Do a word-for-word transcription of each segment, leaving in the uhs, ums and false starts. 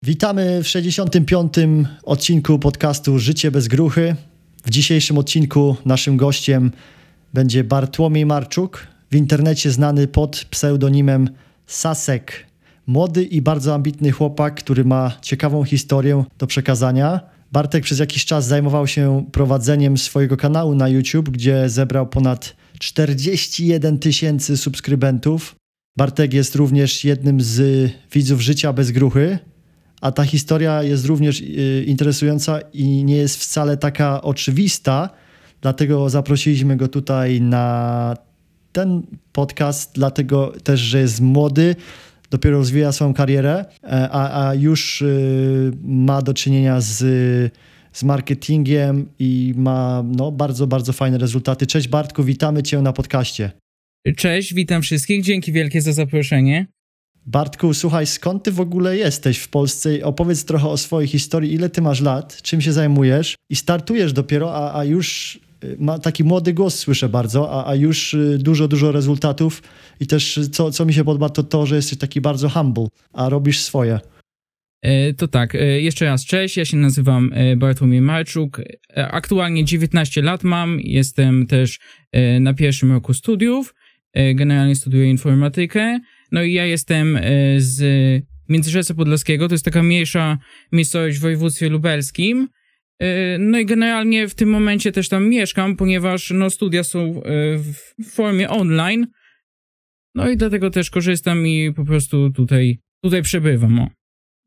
Witamy w sześćdziesiątym piątym odcinku podcastu Życie bez gruchy. W dzisiejszym odcinku naszym gościem będzie Bartłomiej Marczuk, w internecie znany pod pseudonimem Sasek. Młody i bardzo ambitny chłopak, który ma ciekawą historię do przekazania. Bartek przez jakiś czas zajmował się prowadzeniem swojego kanału na YouTube, gdzie zebrał ponad czterdzieści jeden tysięcy subskrybentów. Bartek jest również jednym z widzów Życia bez gruchy, a ta historia jest również y, interesująca i nie jest wcale taka oczywista, dlatego zaprosiliśmy go tutaj na ten podcast, dlatego też, że jest młody, dopiero rozwija swoją karierę, a, a już y, ma do czynienia z, z marketingiem i ma no, bardzo, bardzo fajne rezultaty. Cześć Bartku, witamy Cię na podcaście. Cześć, witam wszystkich, dzięki wielkie za zaproszenie. Bartku, słuchaj, skąd ty w ogóle jesteś w Polsce? Opowiedz trochę o swojej historii, ile ty masz lat, czym się zajmujesz i startujesz dopiero, a, a już ma taki młody głos, słyszę bardzo, a, a już dużo, dużo rezultatów i też co, co mi się podoba, to to, że jesteś taki bardzo humble, a robisz swoje. E, to tak, e, jeszcze raz cześć, ja się nazywam e, Bartłomiej Marczuk, e, aktualnie dziewiętnaście lat mam, jestem też e, na pierwszym roku studiów, e, generalnie studiuję informatykę, no i ja jestem e, z Międzyrzeca Podlaskiego, to jest taka mniejsza miejscowość w województwie lubelskim. No i generalnie w tym momencie też tam mieszkam, ponieważ no, studia są w formie online. No i dlatego też korzystam i po prostu tutaj, tutaj przebywam. O.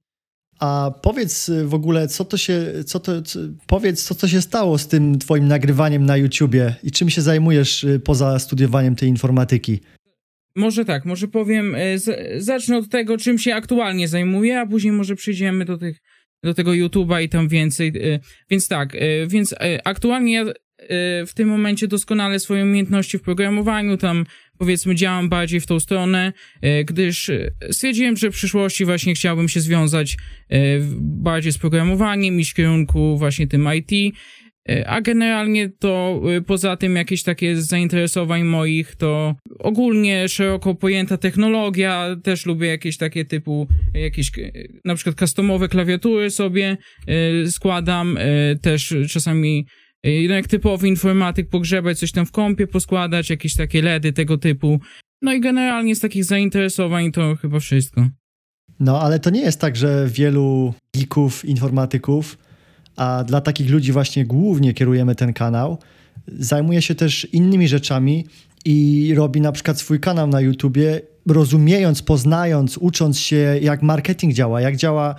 A powiedz w ogóle, co to się, co to, co, powiedz, co to się stało z tym twoim nagrywaniem na YouTubie i czym się zajmujesz poza studiowaniem tej informatyki? Może tak, może powiem, z, zacznę od tego, czym się aktualnie zajmuję, a później może przejdziemy do tych do tego YouTube'a i tam więcej, więc tak, więc aktualnie ja w tym momencie doskonale swoje umiejętności w programowaniu, tam powiedzmy działam bardziej w tą stronę, gdyż stwierdziłem, że w przyszłości właśnie chciałbym się związać bardziej z programowaniem, iść w kierunku właśnie tym I T, a generalnie to poza tym jakieś takie z zainteresowań moich to ogólnie szeroko pojęta technologia, też lubię jakieś takie typu, jakieś na przykład customowe klawiatury sobie składam, też czasami no jak typowy informatyk pogrzebać, coś tam w kompie poskładać, jakieś takie LEDy tego typu, no i generalnie z takich zainteresowań to chyba wszystko. No ale to nie jest tak, że wielu geeków, informatyków, a dla takich ludzi właśnie głównie kierujemy ten kanał, zajmuje się też innymi rzeczami i robi na przykład swój kanał na YouTubie, rozumiejąc, poznając, ucząc się, jak marketing działa, jak działa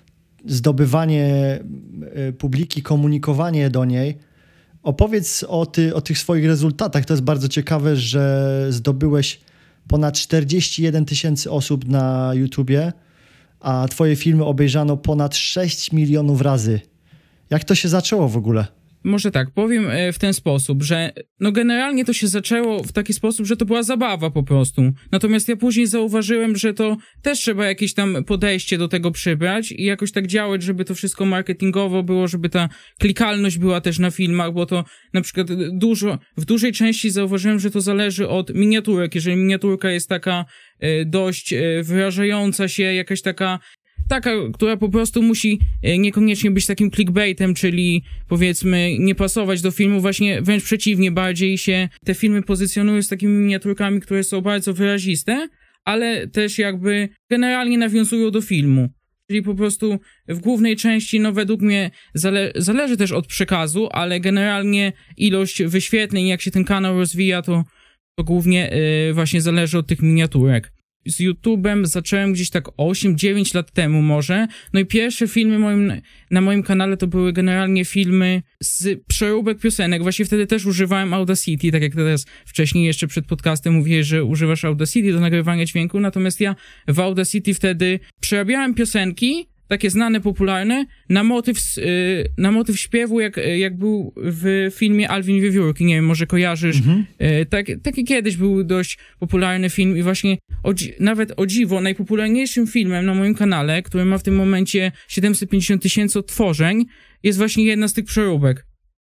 zdobywanie publiki, komunikowanie do niej. Opowiedz o, ty, o tych swoich rezultatach. To jest bardzo ciekawe, że zdobyłeś ponad czterdzieści jeden tysięcy osób na YouTubie, a twoje filmy obejrzano ponad sześć milionów razy. Jak to się zaczęło w ogóle? Może tak, powiem w ten sposób, że no generalnie to się zaczęło w taki sposób, że to była zabawa po prostu. Natomiast ja później zauważyłem, że to też trzeba jakieś tam podejście do tego przybrać i jakoś tak działać, żeby to wszystko marketingowo było, żeby ta klikalność była też na filmach, bo to na przykład dużo, w dużej części zauważyłem, że to zależy od miniaturek. Jeżeli miniaturka jest taka y, dość y, wyrażająca się, jakaś taka Taka, która po prostu musi niekoniecznie być takim clickbaitem, czyli powiedzmy nie pasować do filmu, właśnie wręcz przeciwnie, bardziej się te filmy pozycjonują z takimi miniaturkami, które są bardzo wyraziste, ale też jakby generalnie nawiązują do filmu. Czyli po prostu w głównej części, no według mnie zale- zależy też od przekazu, ale generalnie ilość wyświetleń, jak się ten kanał rozwija, to, to głównie yy, właśnie zależy od tych miniaturek. Z YouTube'em zacząłem gdzieś tak osiem dziewięć lat temu może. No i pierwsze filmy moim, na moim kanale to były generalnie filmy z przeróbek piosenek. Właśnie wtedy też używałem Audacity, tak jak teraz wcześniej jeszcze przed podcastem mówiłeś, że używasz Audacity do nagrywania dźwięku. Natomiast ja w Audacity wtedy przerabiałem piosenki, takie znane, popularne, na motyw, yy, na motyw śpiewu, jak, jak był w filmie Alvin Wiewiórki, nie wiem, może kojarzysz. Mhm. Yy, tak, taki kiedyś był dość popularny film i właśnie o, nawet o dziwo najpopularniejszym filmem na moim kanale, który ma w tym momencie siedemset pięćdziesiąt tysięcy odtworzeń, jest właśnie jedna z tych przeróbek.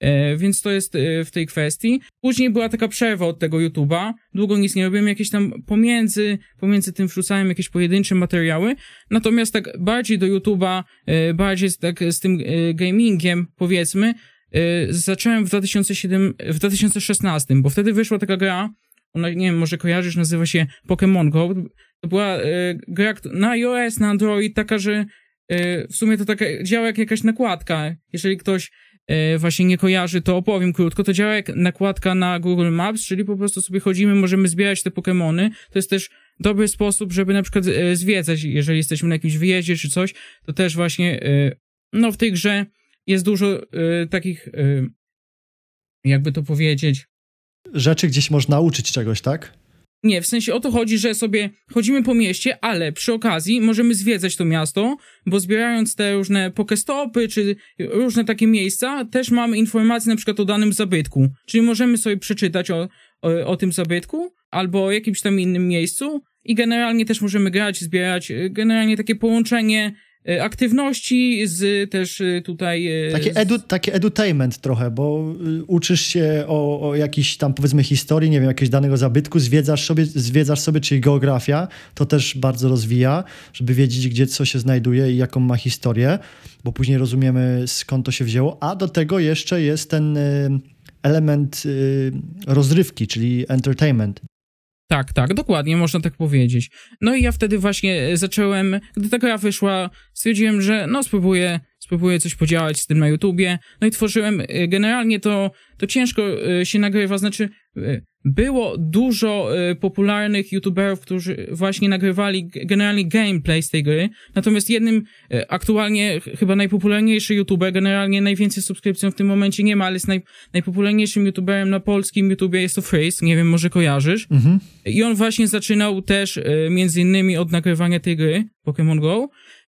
E, więc to jest e, w tej kwestii. Później była taka przerwa od tego YouTube'a. Długo nic nie robiłem, jakieś tam pomiędzy, pomiędzy tym wrzucałem jakieś pojedyncze materiały. Natomiast tak bardziej do YouTube'a, e, bardziej tak z tym e, gamingiem, powiedzmy, e, zacząłem w, dwa tysiące siódmym, w dwa tysiące szesnastym, bo wtedy wyszła taka gra, ona, nie wiem, może kojarzysz, nazywa się Pokémon Go. To była e, gra na iOS, na Android, taka, że e, w sumie to taka działa jak jakaś nakładka. Jeżeli ktoś e, właśnie nie kojarzy, to opowiem krótko. To działa jak nakładka na Google Maps, czyli po prostu sobie chodzimy, możemy zbierać te Pokémony. To jest też dobry sposób, żeby na przykład e, zwiedzać, jeżeli jesteśmy na jakimś wyjeździe czy coś, to też właśnie e, no w tej grze jest dużo e, takich, e, jakby to powiedzieć, rzeczy gdzieś można uczyć czegoś, tak? Nie, w sensie o to chodzi, że sobie chodzimy po mieście, ale przy okazji możemy zwiedzać to miasto, bo zbierając te różne pokestopy, czy różne takie miejsca, też mamy informacje na przykład o danym zabytku. Czyli możemy sobie przeczytać o, o, o tym zabytku, albo o jakimś tam innym miejscu i generalnie też możemy grać, zbierać, generalnie takie połączenie aktywności z też tutaj... Takie, edu, takie edutainment trochę, bo uczysz się o, o jakiejś tam powiedzmy historii, nie wiem, jakiegoś danego zabytku, zwiedzasz sobie, zwiedzasz sobie, czyli geografia, to też bardzo rozwija, żeby wiedzieć, gdzie co się znajduje i jaką ma historię, bo później rozumiemy, skąd to się wzięło, a do tego jeszcze jest ten element rozrywki, czyli entertainment. Tak, tak, dokładnie, można tak powiedzieć. No i ja wtedy właśnie zacząłem, gdy ta gra wyszła, stwierdziłem, że no spróbuję, spróbuję coś podziałać z tym na YouTubie. No i tworzyłem, generalnie to, to ciężko się nagrywa, znaczy było dużo popularnych YouTuberów, którzy właśnie nagrywali generalnie gameplay z tej gry, natomiast jednym aktualnie chyba najpopularniejszy YouTuber, generalnie najwięcej subskrypcji w tym momencie nie ma, ale jest naj, najpopularniejszym YouTuberem na polskim YouTubie jest to Freeze, nie wiem, może kojarzysz. Mhm. I on właśnie zaczynał też między innymi od nagrywania tej gry, Pokémon Go.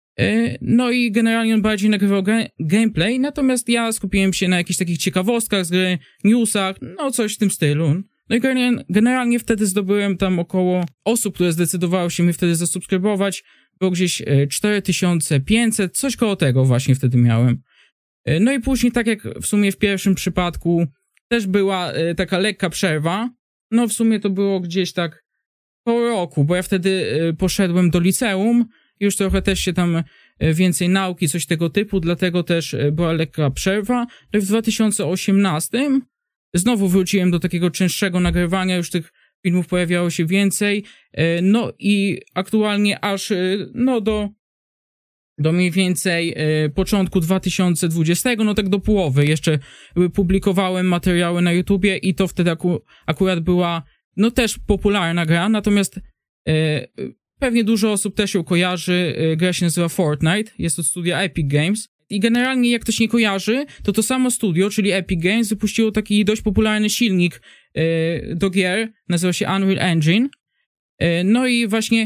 No i generalnie on bardziej nagrywał ga- gameplay, natomiast ja skupiłem się na jakichś takich ciekawostkach z gry, newsach, no coś w tym stylu. No i generalnie wtedy zdobyłem tam około osób, które zdecydowały się mnie wtedy zasubskrybować, było gdzieś cztery tysiące pięćset, coś koło tego właśnie wtedy miałem. No i później, tak jak w sumie w pierwszym przypadku, też była taka lekka przerwa, no w sumie to było gdzieś tak po roku, bo ja wtedy poszedłem do liceum, już trochę też się tam więcej nauki, coś tego typu, dlatego też była lekka przerwa. No i w dwa tysiące osiemnastym znowu wróciłem do takiego częstszego nagrywania, już tych filmów pojawiało się więcej, no i aktualnie aż no do, do mniej więcej początku dwa tysiące dwudziestego, no tak do połowy jeszcze publikowałem materiały na YouTubie i to wtedy aku, akurat była no też popularna gra, natomiast pewnie dużo osób też ją kojarzy, gra się nazywa Fortnite, jest to studia Epic Games i generalnie jak ktoś nie kojarzy, to to samo studio, czyli Epic Games, wypuściło taki dość popularny silnik e, do gier, nazywa się Unreal Engine, e, no i właśnie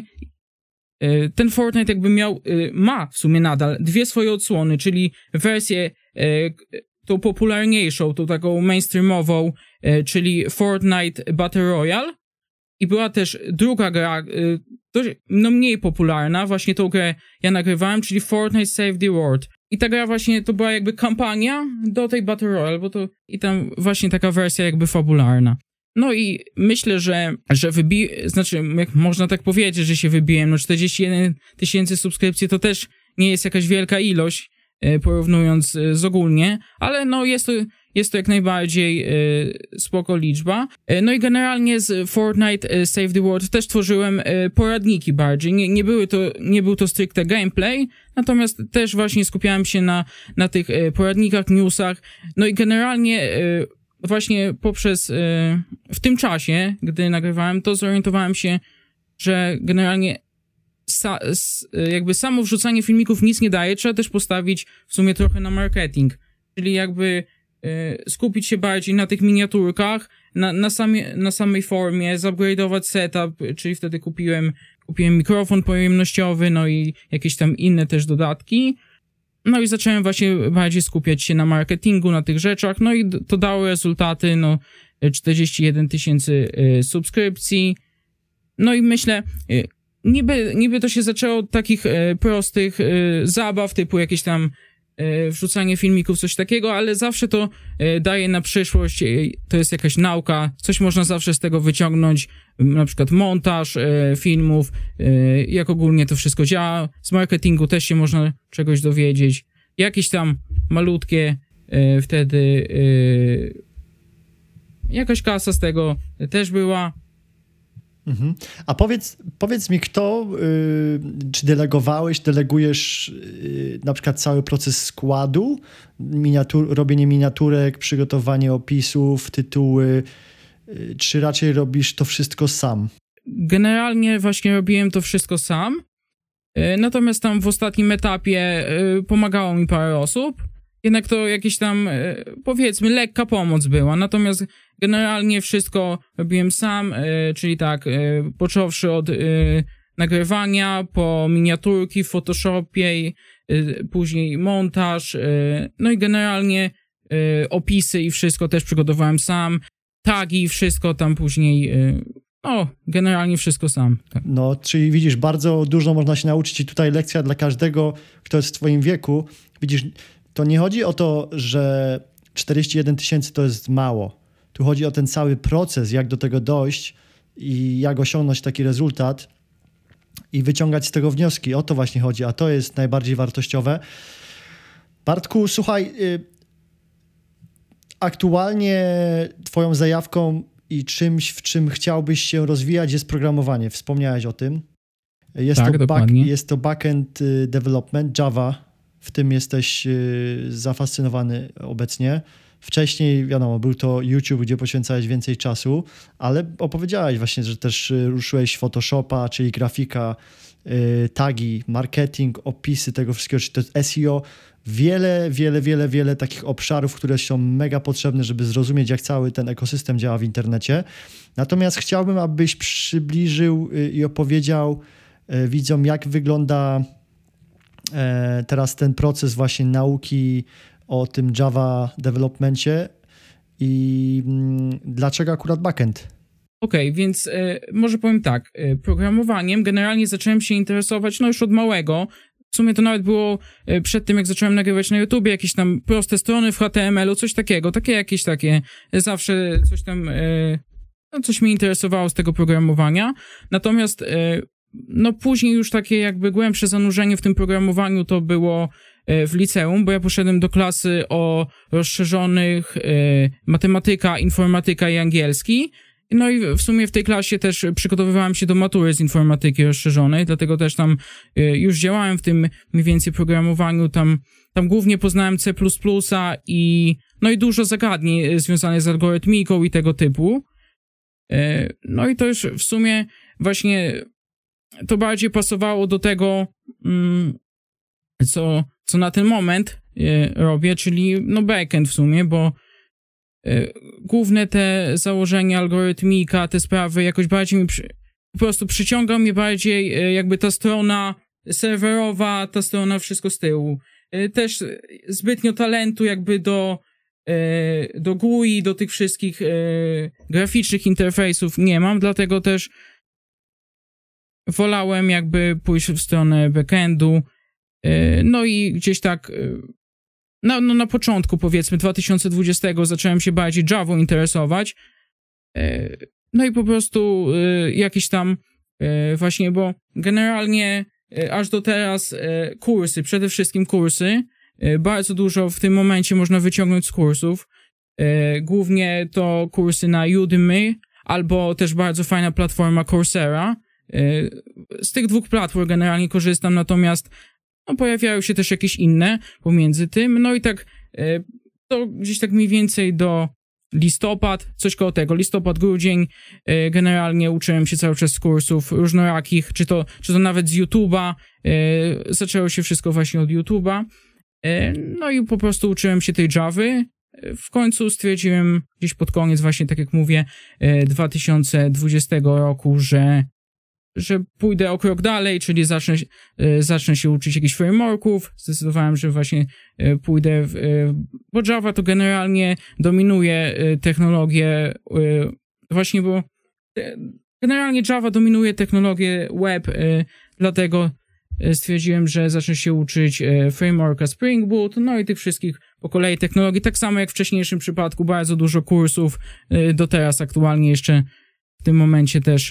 e, ten Fortnite jakby miał, e, ma w sumie nadal dwie swoje odsłony, czyli wersję e, tą popularniejszą, tą taką mainstreamową, e, czyli Fortnite Battle Royale i była też druga gra, e, dość, no mniej popularna, właśnie tą grę ja nagrywałem, czyli Fortnite Save the World. I ta gra właśnie to była jakby kampania do tej Battle Royale, bo to i tam właśnie taka wersja jakby fabularna. No i myślę, że, że wybi... znaczy, jak można tak powiedzieć, że się wybiłem, no czterdzieści jeden tysięcy subskrypcji to też nie jest jakaś wielka ilość, porównując z ogólnie, ale no jest to, jest to jak najbardziej spoko liczba. No i generalnie z Fortnite Save the World też tworzyłem poradniki bardziej. Nie, nie, były to, nie był to stricte gameplay, natomiast też właśnie skupiałem się na, na tych poradnikach, newsach. No i generalnie właśnie poprzez w tym czasie, gdy nagrywałem, to zorientowałem się, że generalnie Sa, jakby samo wrzucanie filmików nic nie daje, trzeba też postawić w sumie trochę na marketing, czyli jakby y, skupić się bardziej na tych miniaturkach, na, na, samie, na samej formie, zupgrade'ować setup, czyli wtedy kupiłem, kupiłem mikrofon pojemnościowy, no i jakieś tam inne też dodatki, no i zacząłem właśnie bardziej skupiać się na marketingu, na tych rzeczach, no i to dało rezultaty, no czterdzieści jeden tysięcy y, subskrypcji, no i myślę... Y, Niby, niby to się zaczęło od takich e, prostych e, zabaw, typu jakieś tam wrzucanie filmików, coś takiego, ale zawsze to daje na przyszłość, to jest jakaś nauka, coś można zawsze z tego wyciągnąć, na przykład montaż filmów, jak ogólnie to wszystko działa, z marketingu też się można czegoś dowiedzieć, jakieś tam malutkie wtedy jakaś kasa z tego też była. Mhm. A powiedz, powiedz mi, kto, yy, czy delegowałeś, delegujesz yy, na przykład cały proces składu, miniatur, robienie miniaturek, przygotowanie opisów, tytuły, yy, czy raczej robisz to wszystko sam? Generalnie właśnie robiłem to wszystko sam, yy, natomiast tam w ostatnim etapie yy, pomagało mi parę osób, jednak to jakieś tam, yy, powiedzmy, lekka pomoc była, natomiast generalnie wszystko robiłem sam, y, czyli tak, y, począwszy od y, nagrywania, po miniaturki w Photoshopie, y, później montaż, y, no i generalnie y, opisy i wszystko też przygotowałem sam, tagi i wszystko tam później, y, no generalnie wszystko sam. Tak. No, czyli widzisz, bardzo dużo można się nauczyć i tutaj lekcja dla każdego, kto jest w twoim wieku. Widzisz, to nie chodzi o to, że czterdzieści jeden tysięcy to jest mało. Tu chodzi o ten cały proces, jak do tego dojść i jak osiągnąć taki rezultat i wyciągać z tego wnioski. O to właśnie chodzi, a to jest najbardziej wartościowe. Bartku, słuchaj, aktualnie twoją zajawką i czymś, w czym chciałbyś się rozwijać, jest programowanie. Wspomniałeś o tym. Jest, tak, to, dokładnie. back, jest to backend development, Java. W tym jesteś zafascynowany obecnie. Wcześniej, wiadomo, był to YouTube, gdzie poświęcałeś więcej czasu, ale opowiedziałeś właśnie, że też ruszyłeś Photoshopa, czyli grafika, yy, tagi, marketing, opisy tego wszystkiego, czy to jest S E O. Wiele, wiele, wiele, wiele takich obszarów, które są mega potrzebne, żeby zrozumieć, jak cały ten ekosystem działa w internecie. Natomiast chciałbym, abyś przybliżył yy, i opowiedział yy, widzom, jak wygląda yy, teraz ten proces właśnie nauki o tym Java developmencie i mm, dlaczego akurat backend? Okej, okay, więc y, może powiem tak, y, programowaniem generalnie zacząłem się interesować no już od małego. W sumie to nawet było y, przed tym, jak zacząłem nagrywać na YouTubie, jakieś tam proste strony w H T M L u, coś takiego, takie jakieś takie, zawsze coś tam, y, no coś mnie interesowało z tego programowania. Natomiast y, no później już takie jakby głębsze zanurzenie w tym programowaniu to było w liceum, bo ja poszedłem do klasy o rozszerzonych y, matematyka, informatyka i angielski. No i w sumie w tej klasie też przygotowywałem się do matury z informatyki rozszerzonej, dlatego też tam y, już działałem w tym mniej więcej programowaniu. Tam, tam głównie poznałem C plus plus i no i dużo zagadnień związanych z algorytmiką i tego typu. Y, no i to już w sumie właśnie to bardziej pasowało do tego, mm, co, co na ten moment y, robię, czyli no backend w sumie, bo y, główne te założenia, algorytmika, te sprawy jakoś bardziej mi przy, po prostu przyciąga mnie bardziej y, jakby ta strona serwerowa, ta strona wszystko z tyłu. Y, też zbytnio talentu jakby do y, do G U I, do tych wszystkich y, graficznych interfejsów nie mam, dlatego też wolałem jakby pójść w stronę backendu. No i gdzieś tak no, no na początku powiedzmy dwa tysiące dwudziestego zacząłem się bardziej Javą interesować. No i po prostu jakiś tam właśnie, bo generalnie aż do teraz kursy, przede wszystkim kursy, bardzo dużo w tym momencie można wyciągnąć z kursów. Głównie to kursy na Udemy albo też bardzo fajna platforma Coursera. Z tych dwóch platform generalnie korzystam, natomiast no, pojawiają się też jakieś inne pomiędzy tym, no i tak to gdzieś tak mniej więcej do listopad, coś koło tego, listopad, grudzień, generalnie uczyłem się cały czas z kursów różnorakich, czy to, czy to nawet z YouTube'a, zaczęło się wszystko właśnie od YouTube'a, no i po prostu uczyłem się tej Javy. W końcu stwierdziłem gdzieś pod koniec właśnie, tak jak mówię, dwa tysiące dwudziestego roku, że że pójdę o krok dalej, czyli zacznę, zacznę się uczyć jakichś frameworków. Zdecydowałem, że właśnie pójdę, w, bo Java to generalnie dominuje technologię, właśnie bo generalnie Java dominuje technologię web, dlatego stwierdziłem, że zacznę się uczyć frameworka Spring Boot, no i tych wszystkich po kolei technologii, tak samo jak w wcześniejszym przypadku, bardzo dużo kursów, do teraz aktualnie jeszcze w tym momencie też,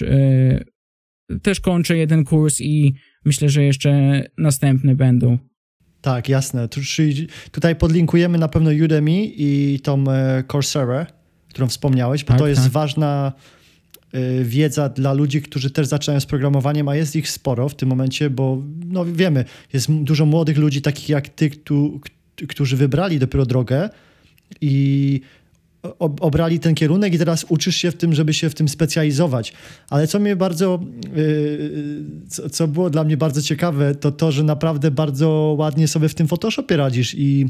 też kończę jeden kurs i myślę, że jeszcze następne będą. Tak, jasne. Czyli tutaj podlinkujemy na pewno Udemy i tą Coursera, którą wspomniałeś, bo tak, to jest tak. ważna wiedza dla ludzi, którzy też zaczynają z programowaniem, a jest ich sporo w tym momencie, bo no wiemy, jest dużo młodych ludzi takich jak ty, tu, którzy wybrali dopiero drogę i obrali ten kierunek i teraz uczysz się w tym, żeby się w tym specjalizować. Ale co mnie bardzo, yy, co było dla mnie bardzo ciekawe, to to, że naprawdę bardzo ładnie sobie w tym Photoshopie radzisz i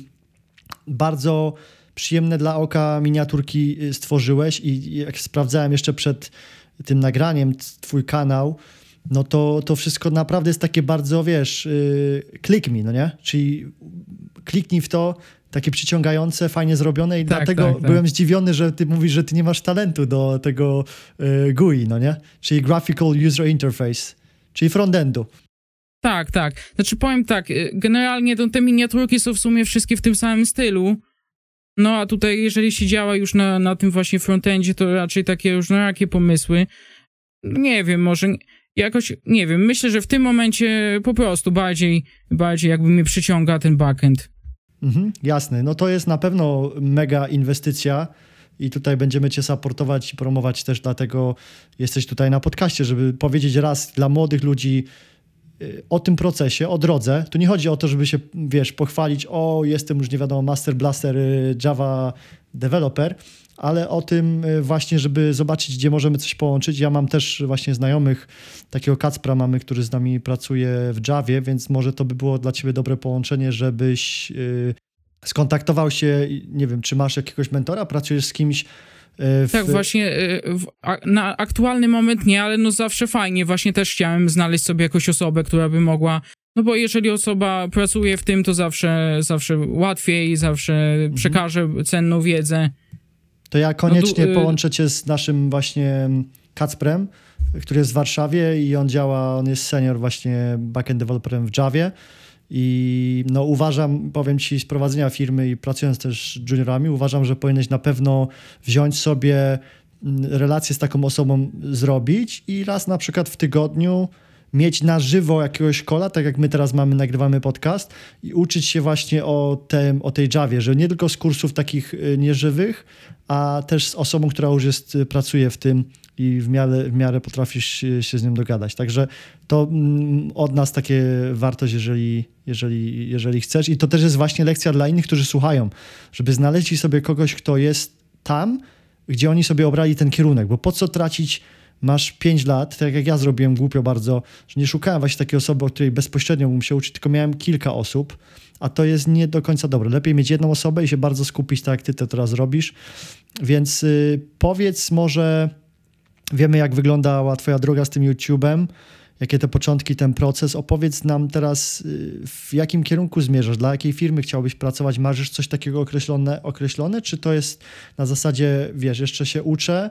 bardzo przyjemne dla oka miniaturki stworzyłeś i jak sprawdzałem jeszcze przed tym nagraniem twój kanał, no to, to wszystko naprawdę jest takie bardzo, wiesz, yy, click me, no nie? Czyli kliknij w to, takie przyciągające, fajnie zrobione i tak, dlatego tak, tak. byłem zdziwiony, że ty mówisz, że ty nie masz talentu do tego y, G U I, no nie? Czyli Graphical User Interface, czyli frontendu. Tak, tak. Znaczy powiem tak, generalnie to te miniaturki są w sumie wszystkie w tym samym stylu, no a tutaj jeżeli się działa już na, na tym właśnie frontendzie, to raczej takie różnorakie pomysły. Nie wiem, może jakoś, nie wiem, myślę, że w tym momencie po prostu bardziej, bardziej jakby mnie przyciąga ten backend. Mhm, jasne, no to jest na pewno mega inwestycja i tutaj będziemy cię supportować i promować też, dlatego jesteś tutaj na podcaście, żeby powiedzieć raz dla młodych ludzi o tym procesie, o drodze. Tu nie chodzi o to, żeby się, wiesz, pochwalić, o jestem już nie wiadomo Master Blaster Java Developer, ale o tym właśnie, żeby zobaczyć, gdzie możemy coś połączyć. Ja mam też właśnie znajomych, takiego Kacpra mamy, który z nami pracuje w Javie, więc może to by było dla ciebie dobre połączenie, żebyś yy, skontaktował się, nie wiem, czy masz jakiegoś mentora, pracujesz z kimś. W... Tak, właśnie w, na aktualny moment nie, ale no zawsze fajnie, właśnie też chciałem znaleźć sobie jakąś osobę, która by mogła, no bo jeżeli osoba pracuje w tym, to zawsze, zawsze łatwiej, zawsze mhm. przekaże cenną wiedzę. To ja koniecznie no tu, połączę cię z naszym właśnie Kacprem, który jest w Warszawie i on działa, on jest senior właśnie backend developerem w Javie. I no uważam, powiem ci, z prowadzenia firmy i pracując też z juniorami, uważam, że powinieneś na pewno wziąć sobie relację z taką osobą, zrobić i raz na przykład w tygodniu mieć na żywo jakiegoś kola, tak jak my teraz mamy, nagrywamy podcast i uczyć się właśnie o, tem, o tej Javie, że nie tylko z kursów takich nieżywych, a też z osobą, która już jest, pracuje w tym i w miarę, w miarę potrafisz się z nią dogadać. Także to od nas takie wartość, jeżeli, jeżeli, jeżeli chcesz. I to też jest właśnie lekcja dla innych, którzy słuchają, żeby znaleźli sobie kogoś, kto jest tam, gdzie oni sobie obrali ten kierunek, bo po co tracić, masz pięć lat, tak jak ja zrobiłem głupio bardzo, że nie szukałem właśnie takiej osoby, o której bezpośrednio mógłbym się uczyć, tylko miałem kilka osób, a to jest nie do końca dobre. Lepiej mieć jedną osobę i się bardzo skupić, tak jak ty to teraz robisz. Więc y, powiedz może, wiemy jak wyglądała twoja droga z tym YouTube'em, jakie te początki, ten proces. Opowiedz nam teraz, y, w jakim kierunku zmierzasz, dla jakiej firmy chciałbyś pracować, marzysz coś takiego określone, określone, czy to jest na zasadzie, wiesz, jeszcze się uczę,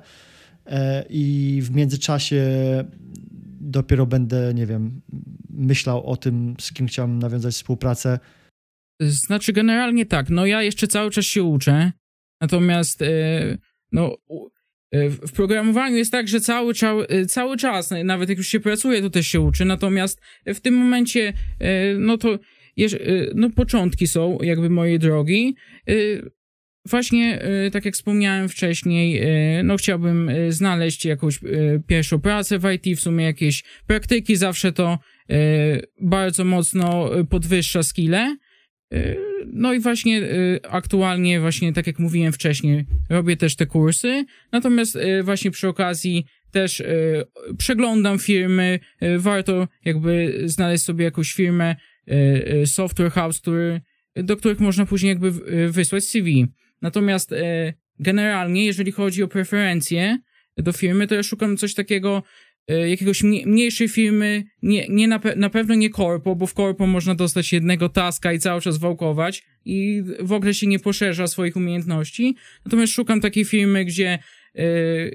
i w międzyczasie dopiero będę, nie wiem, myślał o tym, z kim chciałem nawiązać współpracę. Znaczy generalnie tak, no ja jeszcze cały czas się uczę, natomiast no w programowaniu jest tak, że cały, cały czas, nawet jak już się pracuje, to też się uczy, natomiast w tym momencie, no to no początki są jakby mojej drogi. Właśnie, tak jak wspomniałem wcześniej, no chciałbym znaleźć jakąś pierwszą pracę w I T, w sumie jakieś praktyki, zawsze to bardzo mocno podwyższa skille. No i właśnie aktualnie, właśnie tak jak mówiłem wcześniej, robię też te kursy, natomiast właśnie przy okazji też przeglądam firmy, warto jakby znaleźć sobie jakąś firmę, software house, który, do których można później jakby wysłać C V. Natomiast e, generalnie, jeżeli chodzi o preferencje do firmy, to ja szukam coś takiego, e, jakiegoś mniej, mniejszej firmy, nie, nie na, pe- na pewno nie korpo, bo w korpo można dostać jednego taska i cały czas wałkować i w ogóle się nie poszerza swoich umiejętności. Natomiast szukam takiej firmy, gdzie e,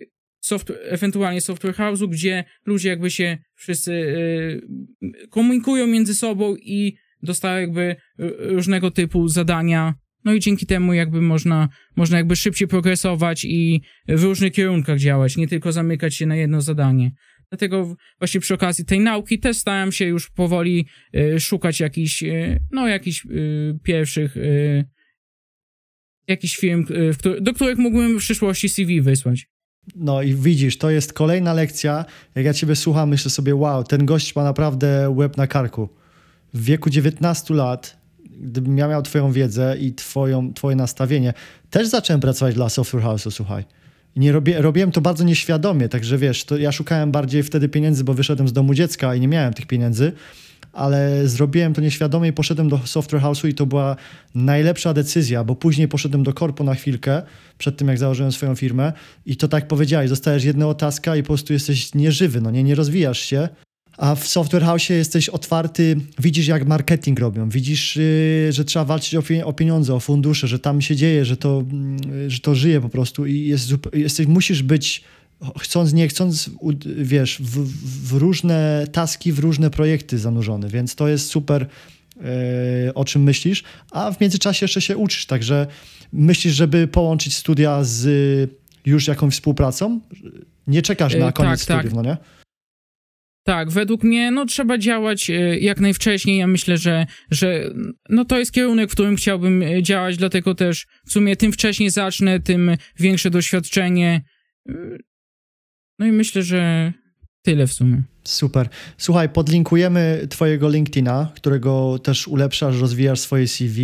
software, ewentualnie Software House'u, gdzie ludzie jakby się wszyscy y, komunikują między sobą i dostają jakby różnego typu zadania. No i dzięki temu jakby można, można jakby szybciej progresować i w różnych kierunkach działać, nie tylko zamykać się na jedno zadanie. Dlatego właśnie przy okazji tej nauki też staram się już powoli y, szukać jakichś, y, no jakichś y, pierwszych y, jakichś firm, y, których, do których mógłbym w przyszłości C V wysłać. No i widzisz, to jest kolejna lekcja. Jak ja ciebie słucham, myślę sobie, wow, ten gość ma naprawdę łeb na karku. W wieku dziewiętnastu lat, gdybym ja miał twoją wiedzę i twoją, twoje nastawienie, też zacząłem pracować dla Software House'u, słuchaj. Nie robię, robiłem to bardzo nieświadomie, także wiesz, to ja szukałem bardziej wtedy pieniędzy, bo wyszedłem z domu dziecka i nie miałem tych pieniędzy, ale zrobiłem to nieświadomie i poszedłem do Software House'u i to była najlepsza decyzja, bo później poszedłem do korpo na chwilkę, przed tym jak założyłem swoją firmę i to tak powiedziałeś, dostajesz jednego taska i po prostu jesteś nieżywy, no nie, nie rozwijasz się. A w Software House'ie jesteś otwarty, widzisz jak marketing robią, widzisz, yy, że trzeba walczyć o, pie- o pieniądze, o fundusze, że tam się dzieje, że to, yy, że to żyje po prostu i jest, jesteś, musisz być, chcąc nie chcąc, wiesz, w, w różne taski, w różne projekty zanurzony, więc to jest super, yy, o czym myślisz, a w międzyczasie jeszcze się uczysz, także myślisz, żeby połączyć studia z już jakąś współpracą? Nie czekasz na koniec tak, tak. studiów, no nie? Tak, według mnie no, trzeba działać jak najwcześniej. Ja myślę, że, że no, to jest kierunek, w którym chciałbym działać, dlatego też w sumie tym wcześniej zacznę, tym większe doświadczenie. No i myślę, że tyle w sumie. Super. Słuchaj, podlinkujemy twojego LinkedIna, którego też ulepszasz, rozwijasz swoje C V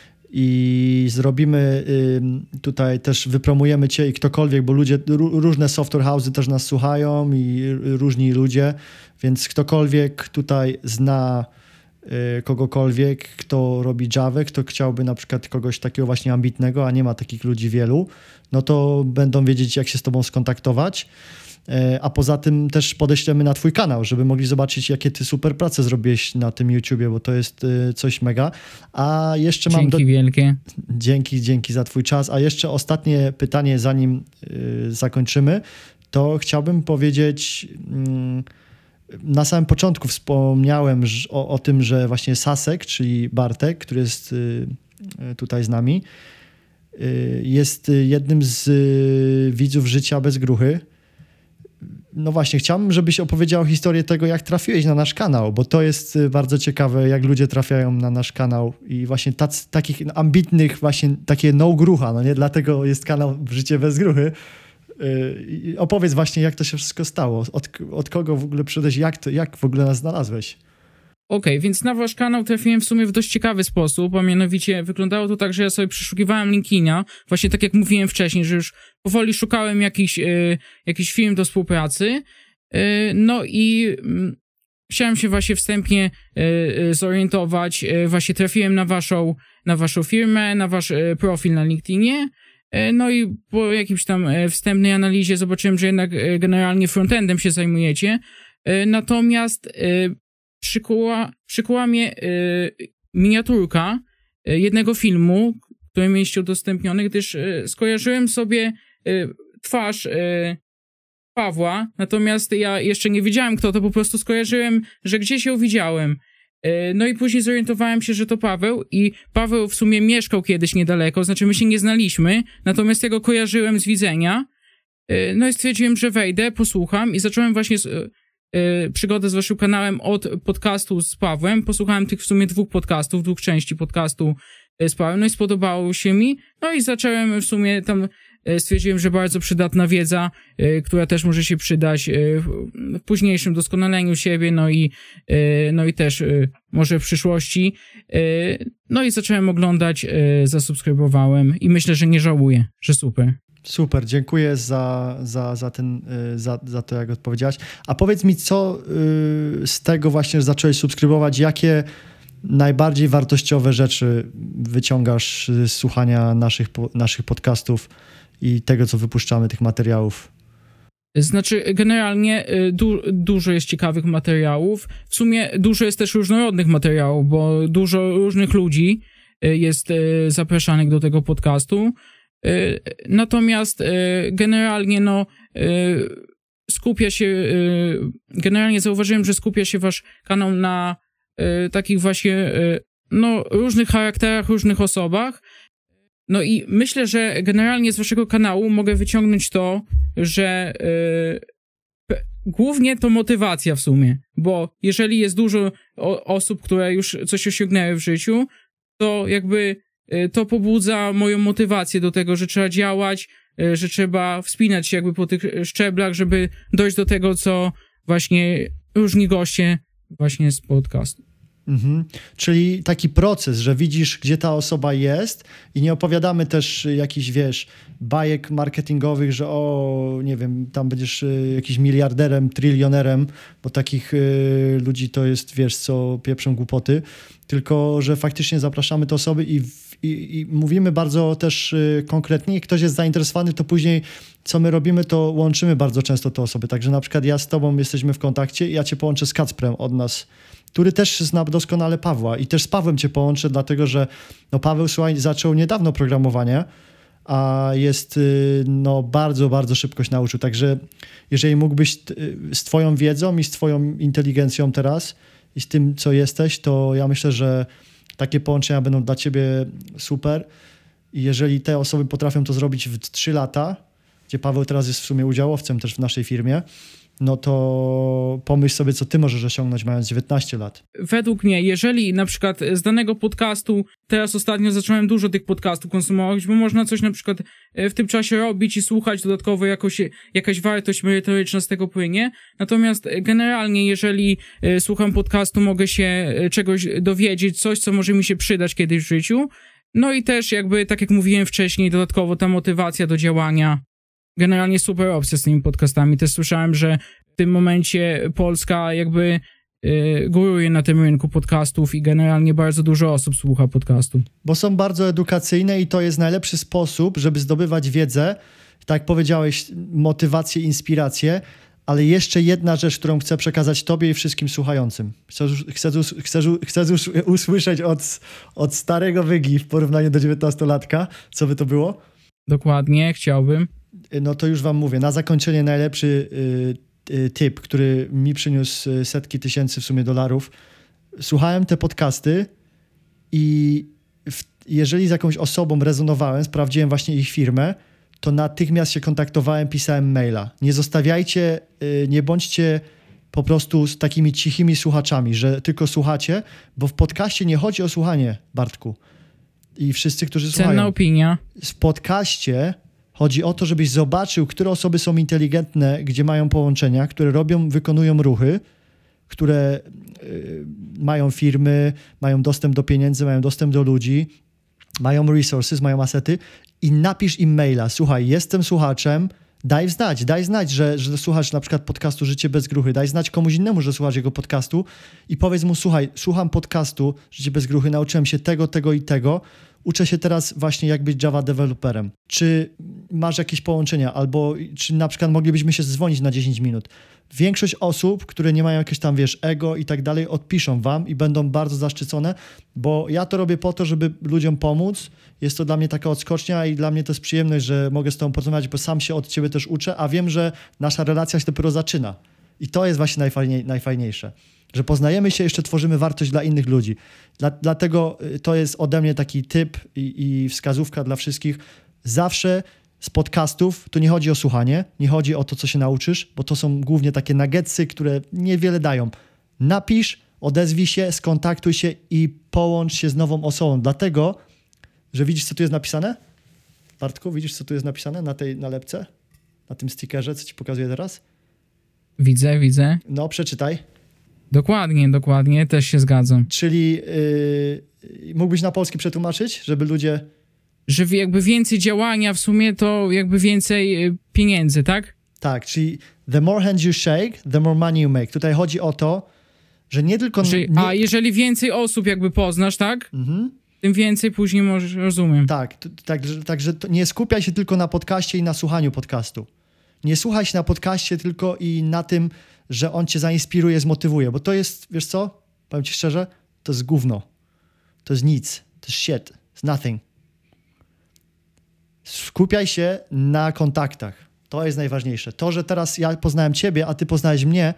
i zrobimy y, tutaj też, wypromujemy cię i ktokolwiek, bo ludzie, r- różne software house'y też nas słuchają i r- różni ludzie, więc ktokolwiek tutaj zna y, kogokolwiek, kto robi Javę, kto chciałby na przykład kogoś takiego właśnie ambitnego, a nie ma takich ludzi wielu, no to będą wiedzieć, jak się z tobą skontaktować. A poza tym też podeślemy na twój kanał, żeby mogli zobaczyć, jakie ty super prace zrobiłeś na tym YouTubie, bo to jest coś mega. A jeszcze mam... Dzięki do... wielkie. Dzięki, dzięki za twój czas. A jeszcze ostatnie pytanie, zanim yy, zakończymy, to chciałbym powiedzieć... Yy, na samym początku wspomniałem o, o tym, że właśnie Sasek, czyli Bartek, który jest yy, tutaj z nami, yy, jest jednym z yy, widzów Życia bez gruchy. No właśnie, chciałbym, żebyś opowiedział historię tego, jak trafiłeś na nasz kanał, bo to jest bardzo ciekawe, jak ludzie trafiają na nasz kanał i właśnie tacy, takich ambitnych, właśnie takie no grucha, no nie? Dlatego jest kanał Życie bez gruchy. Yy, opowiedz właśnie, jak to się wszystko stało, od, od kogo w ogóle przyszedłeś, jak, to, jak w ogóle nas znalazłeś? Okej, okay, więc na wasz kanał trafiłem w sumie w dość ciekawy sposób, a mianowicie wyglądało to tak, że ja sobie przeszukiwałem LinkedIna, właśnie tak jak mówiłem wcześniej, że już powoli szukałem jakichś y, jakiś firm do współpracy, y, no i y, chciałem się właśnie wstępnie y, y, zorientować, y, właśnie trafiłem na waszą, na waszą firmę, na wasz y, profil na LinkedInie, y, no i po jakimś tam y, wstępnej analizie zobaczyłem, że jednak y, generalnie frontendem się zajmujecie, y, natomiast y, Przykuła, przykuła mnie y, miniaturka y, jednego filmu, który mieliście udostępniony, gdyż y, skojarzyłem sobie y, twarz y, Pawła, natomiast ja jeszcze nie wiedziałem, kto to, po prostu skojarzyłem, że gdzieś ją widziałem. Y, no i później zorientowałem się, że to Paweł i Paweł w sumie mieszkał kiedyś niedaleko, znaczy my się nie znaliśmy, natomiast ja go kojarzyłem z widzenia. Y, no i stwierdziłem, że wejdę, posłucham i zacząłem właśnie... Z, y, przygodę z waszym kanałem od podcastu z Pawłem. Posłuchałem tych w sumie dwóch podcastów, dwóch części podcastu z Pawłem, no i spodobało się mi. No i zacząłem w sumie tam, stwierdziłem, że bardzo przydatna wiedza, która też może się przydać w późniejszym doskonaleniu siebie, no i, no i też może w przyszłości. No i zacząłem oglądać, zasubskrybowałem i myślę, że nie żałuję, że super. Super, dziękuję za, za, za, ten, za, za to, jak odpowiedziałeś. A powiedz mi, co z tego właśnie, że zacząłeś subskrybować, jakie najbardziej wartościowe rzeczy wyciągasz z słuchania naszych, naszych podcastów i tego, co wypuszczamy, tych materiałów? Znaczy, generalnie du- dużo jest ciekawych materiałów. W sumie dużo jest też różnorodnych materiałów, bo dużo różnych ludzi jest zapraszanych do tego podcastu. y, natomiast y, generalnie no y, skupia się, y, generalnie zauważyłem, że skupia się wasz kanał na y, takich właśnie y, no różnych charakterach, różnych osobach. No i myślę, że generalnie z waszego kanału mogę wyciągnąć to, że yy, głównie to motywacja w sumie, bo jeżeli jest dużo o, osób, które już coś osiągnęły w życiu, to jakby yy, to pobudza moją motywację do tego, że trzeba działać, yy, że trzeba wspinać się jakby po tych szczeblach, żeby dojść do tego, co właśnie różni goście właśnie z podcastu. Mhm. Czyli taki proces, że widzisz, gdzie ta osoba jest i nie opowiadamy też jakichś, wiesz, bajek marketingowych, że o, nie wiem, tam będziesz y, jakiś miliarderem, trylionerem, bo takich y, ludzi to jest, wiesz, co pieprzą głupoty, tylko, że faktycznie zapraszamy te osoby i, i, i mówimy bardzo też y, konkretnie. Jak ktoś jest zainteresowany, to później co my robimy, to łączymy bardzo często te osoby. Także na przykład ja z tobą jesteśmy w kontakcie i ja cię połączę z Kacprem od nas, który też zna doskonale Pawła i też z Pawłem cię połączę, dlatego że no Paweł, słuchaj, zaczął niedawno programowanie, a jest no bardzo, bardzo szybko się nauczył. Także jeżeli mógłbyś z twoją wiedzą i z twoją inteligencją teraz i z tym, co jesteś, to ja myślę, że takie połączenia będą dla ciebie super. I jeżeli te osoby potrafią to zrobić w trzy lata, gdzie Paweł teraz jest w sumie udziałowcem też w naszej firmie, no to pomyśl sobie, co ty możesz osiągnąć mając dziewiętnaście lat. Według mnie, jeżeli na przykład z danego podcastu, teraz ostatnio zacząłem dużo tych podcastów konsumować, bo można coś na przykład w tym czasie robić i słuchać, dodatkowo jakoś, jakaś wartość merytoryczna z tego płynie. Natomiast generalnie, jeżeli słucham podcastu, mogę się czegoś dowiedzieć, coś, co może mi się przydać kiedyś w życiu. No i też jakby, tak jak mówiłem wcześniej, dodatkowo ta motywacja do działania. Generalnie super opcja z tymi podcastami. Też słyszałem, że w tym momencie Polska jakby yy, góruje na tym rynku podcastów i generalnie bardzo dużo osób słucha podcastu. Bo są bardzo edukacyjne i to jest najlepszy sposób, żeby zdobywać wiedzę, tak jak powiedziałeś, motywację, inspirację, ale jeszcze jedna rzecz, którą chcę przekazać tobie i wszystkim słuchającym. Chcę, chcę, chcę, chcę usłyszeć od, od starego Wygi w porównaniu do dziewiętnastolatka. Co by to było? Dokładnie, chciałbym. No to już wam mówię. Na zakończenie najlepszy y, y, tip, który mi przyniósł setki tysięcy w sumie dolarów. Słuchałem te podcasty i w, jeżeli z jakąś osobą rezonowałem, sprawdziłem właśnie ich firmę, to natychmiast się kontaktowałem, pisałem maila. Nie zostawiajcie, y, nie bądźcie po prostu z takimi cichymi słuchaczami, że tylko słuchacie, bo w podcaście nie chodzi o słuchanie, Bartku. I wszyscy, którzy Cenna słuchają. opinia. W podcaście chodzi o to, żebyś zobaczył, które osoby są inteligentne, gdzie mają połączenia, które robią, wykonują ruchy, które y, mają firmy, mają dostęp do pieniędzy, mają dostęp do ludzi, mają resources, mają asety i napisz im maila. Słuchaj, jestem słuchaczem, daj znać, daj znać, że, że słuchasz na przykład podcastu Życie bez gruchy, daj znać komuś innemu, że słuchasz jego podcastu i powiedz mu, słuchaj, słucham podcastu Życie bez gruchy, nauczyłem się tego, tego i tego, uczę się teraz właśnie jak być Java deweloperem. Czy masz jakieś połączenia, albo czy na przykład moglibyśmy się dzwonić na dziesięć minut. Większość osób, które nie mają jakieś tam, wiesz, ego i tak dalej, odpiszą wam i będą bardzo zaszczycone, bo ja to robię po to, żeby ludziom pomóc. Jest to dla mnie taka odskocznia i dla mnie to jest przyjemność, że mogę z tobą porozmawiać, bo sam się od ciebie też uczę, a wiem, że nasza relacja się dopiero zaczyna. I to jest właśnie najfajniej, najfajniejsze. Że poznajemy się, jeszcze tworzymy wartość dla innych ludzi. Dla, dlatego to jest ode mnie taki typ i, i wskazówka dla wszystkich. Zawsze z podcastów to nie chodzi o słuchanie, nie chodzi o to, co się nauczysz, bo to są głównie takie nuggetsy, które niewiele dają. Napisz, odezwij się, skontaktuj się i połącz się z nową osobą. Dlatego, że widzisz, co tu jest napisane? Bartku, widzisz, co tu jest napisane na tej nalepce? Na tym stickerze, co ci pokazuję teraz? Widzę, widzę. No, przeczytaj. Dokładnie, dokładnie, też się zgadzam. Czyli yy, mógłbyś na polski przetłumaczyć, żeby ludzie... Że jakby więcej działania w sumie to jakby więcej y, pieniędzy, tak? Tak, czyli the more hands you shake, the more money you make. Tutaj chodzi o to, że nie tylko... Że, nie... A jeżeli więcej osób jakby poznasz, tak? Mhm. Tym więcej później możesz, rozumiem. Tak, także tak, że nie skupiaj się tylko na podcaście i na słuchaniu podcastu. Nie słuchaj się na podcaście tylko i na tym, że on cię zainspiruje, zmotywuje, bo to jest, wiesz co? Powiem ci szczerze, to jest gówno. To jest nic. To jest shit. It's nothing. Skupiaj się na kontaktach. To jest najważniejsze. To, że teraz ja poznałem ciebie, a ty poznałeś mnie,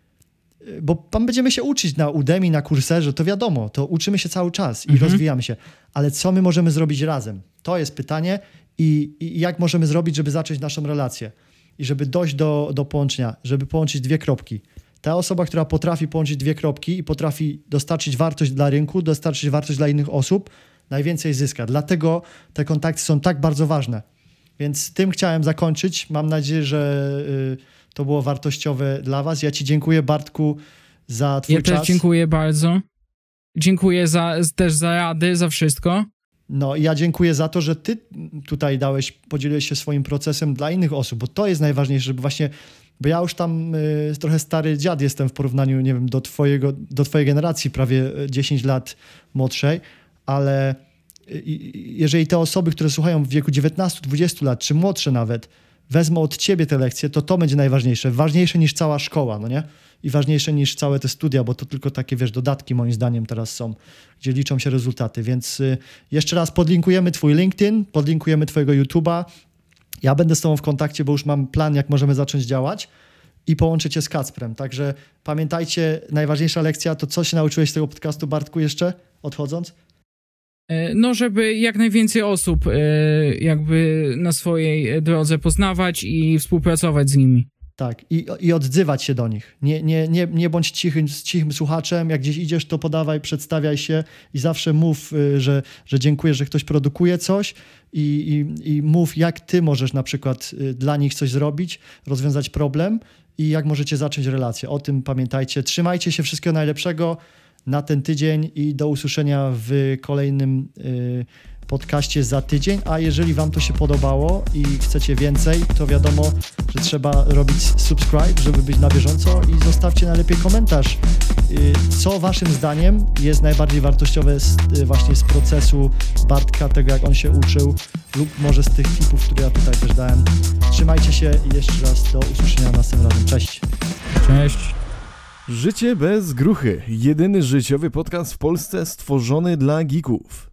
bo tam będziemy się uczyć na Udemy, na Courserze, to wiadomo, to uczymy się cały czas i mhm. rozwijamy się. Ale co my możemy zrobić razem? To jest pytanie i, i jak możemy zrobić, żeby zacząć naszą relację i żeby dojść do, do połączenia, żeby połączyć dwie kropki. Ta osoba, która potrafi połączyć dwie kropki i potrafi dostarczyć wartość dla rynku, dostarczyć wartość dla innych osób, najwięcej zyska. Dlatego te kontakty są tak bardzo ważne. Więc tym chciałem zakończyć. Mam nadzieję, że y, to było wartościowe dla was. Ja ci dziękuję, Bartku, za twój ja czas. Ja też dziękuję bardzo. Dziękuję za, też za rady, za wszystko. No i ja dziękuję za to, że ty tutaj dałeś, podzieliłeś się swoim procesem dla innych osób, bo to jest najważniejsze, żeby właśnie, bo ja już tam y, trochę stary dziad jestem w porównaniu, nie wiem, do twojego, do twojej generacji, prawie dziesięć lat młodszej, ale jeżeli te osoby, które słuchają w wieku dziewiętnastu dwudziestu lat, czy młodsze nawet, wezmą od ciebie te lekcje, to to będzie najważniejsze. Ważniejsze niż cała szkoła, no nie? I ważniejsze niż całe te studia, bo to tylko takie, wiesz, dodatki moim zdaniem teraz są, gdzie liczą się rezultaty. Więc y, jeszcze raz podlinkujemy twój LinkedIn, podlinkujemy twojego YouTube'a. Ja będę z tobą w kontakcie, bo już mam plan, jak możemy zacząć działać i połączę cię z Kacprem. Także pamiętajcie, najważniejsza lekcja, to co się nauczyłeś z tego podcastu, Bartku, jeszcze odchodząc? No, żeby jak najwięcej osób jakby na swojej drodze poznawać i współpracować z nimi. Tak, i, i odzywać się do nich. Nie, nie, nie, nie bądź cichym, cichym słuchaczem. Jak gdzieś idziesz, to podawaj, przedstawiaj się i zawsze mów, że, że dziękuję, że ktoś produkuje coś i, i, i mów, jak ty możesz na przykład dla nich coś zrobić, rozwiązać problem i jak możecie zacząć relację. O tym pamiętajcie. Trzymajcie się, wszystkiego najlepszego na ten tydzień i do usłyszenia w kolejnym y, podcaście za tydzień, a jeżeli wam to się podobało i chcecie więcej, to wiadomo, że trzeba robić subscribe, żeby być na bieżąco i zostawcie najlepiej komentarz, y, co waszym zdaniem jest najbardziej wartościowe z, y, właśnie z procesu Bartka, tego jak on się uczył lub może z tych tipów, które ja tutaj też dałem. Trzymajcie się i jeszcze raz do usłyszenia następnym razem. Cześć! Cześć! Życie bez gruchy. Jedyny życiowy podcast w Polsce stworzony dla geeków.